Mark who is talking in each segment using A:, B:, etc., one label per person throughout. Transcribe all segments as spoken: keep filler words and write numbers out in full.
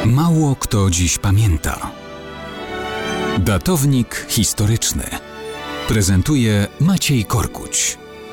A: Mało kto dziś pamięta. Datownik historyczny prezentuje Maciej Korkuć.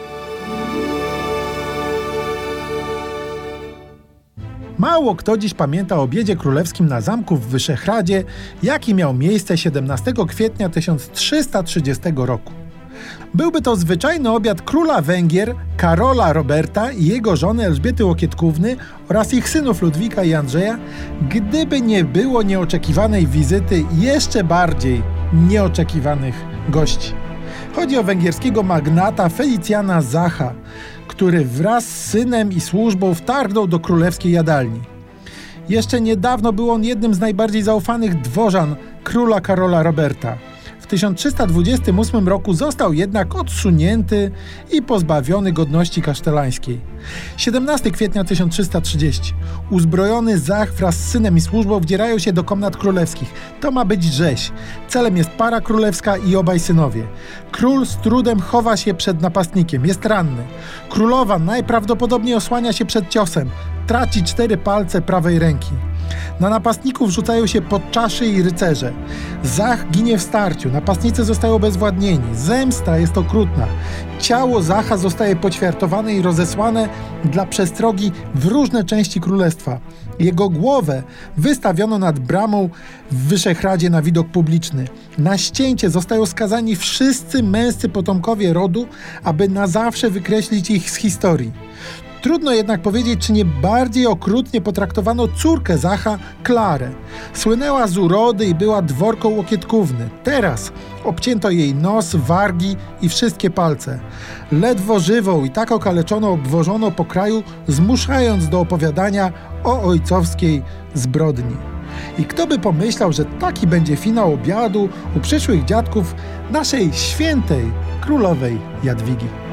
B: Mało kto dziś pamięta o obiedzie królewskim na zamku w Wyszehradzie, jaki miał miejsce siedemnastego kwietnia tysiąc trzysta trzydziestego roku. Byłby to zwyczajny obiad króla Węgier, Karola Roberta i jego żony Elżbiety Łokietkówny oraz ich synów Ludwika i Andrzeja, gdyby nie było nieoczekiwanej wizyty jeszcze bardziej nieoczekiwanych gości. Chodzi o węgierskiego magnata Felicjana Zacha, który wraz z synem i służbą wtargnął do królewskiej jadalni. Jeszcze niedawno był on jednym z najbardziej zaufanych dworzan króla Karola Roberta. W tysiąc trzysta dwudziestym ósmym roku został jednak odsunięty i pozbawiony godności kasztelańskiej. siedemnastego kwietnia tysiąc trzysta trzydziestego. Uzbrojony Zach wraz z synem i służbą wdzierają się do komnat królewskich. To ma być rzeź. Celem jest para królewska i obaj synowie. Król z trudem chowa się przed napastnikiem. Jest ranny. Królowa najprawdopodobniej osłania się przed ciosem. Traci cztery palce prawej ręki. Na napastników rzucają się podczaszy i rycerze. Zach ginie w starciu, napastnicy zostają obezwładnieni. Zemsta jest okrutna. Ciało Zacha zostaje poćwiartowane i rozesłane dla przestrogi w różne części królestwa. Jego głowę wystawiono nad bramą w Wyszehradzie na widok publiczny. Na ścięcie zostają skazani wszyscy męscy potomkowie rodu, aby na zawsze wykreślić ich z historii. Trudno jednak powiedzieć, czy nie bardziej okrutnie potraktowano córkę Zacha, Klarę. Słynęła z urody i była dworką Łokietkówny. Teraz obcięto jej nos, wargi i wszystkie palce. Ledwo żywą i tak okaleczoną obwożono po kraju, zmuszając do opowiadania o ojcowskiej zbrodni. I kto by pomyślał, że taki będzie finał obiadu u przyszłych dziadków naszej świętej królowej Jadwigi.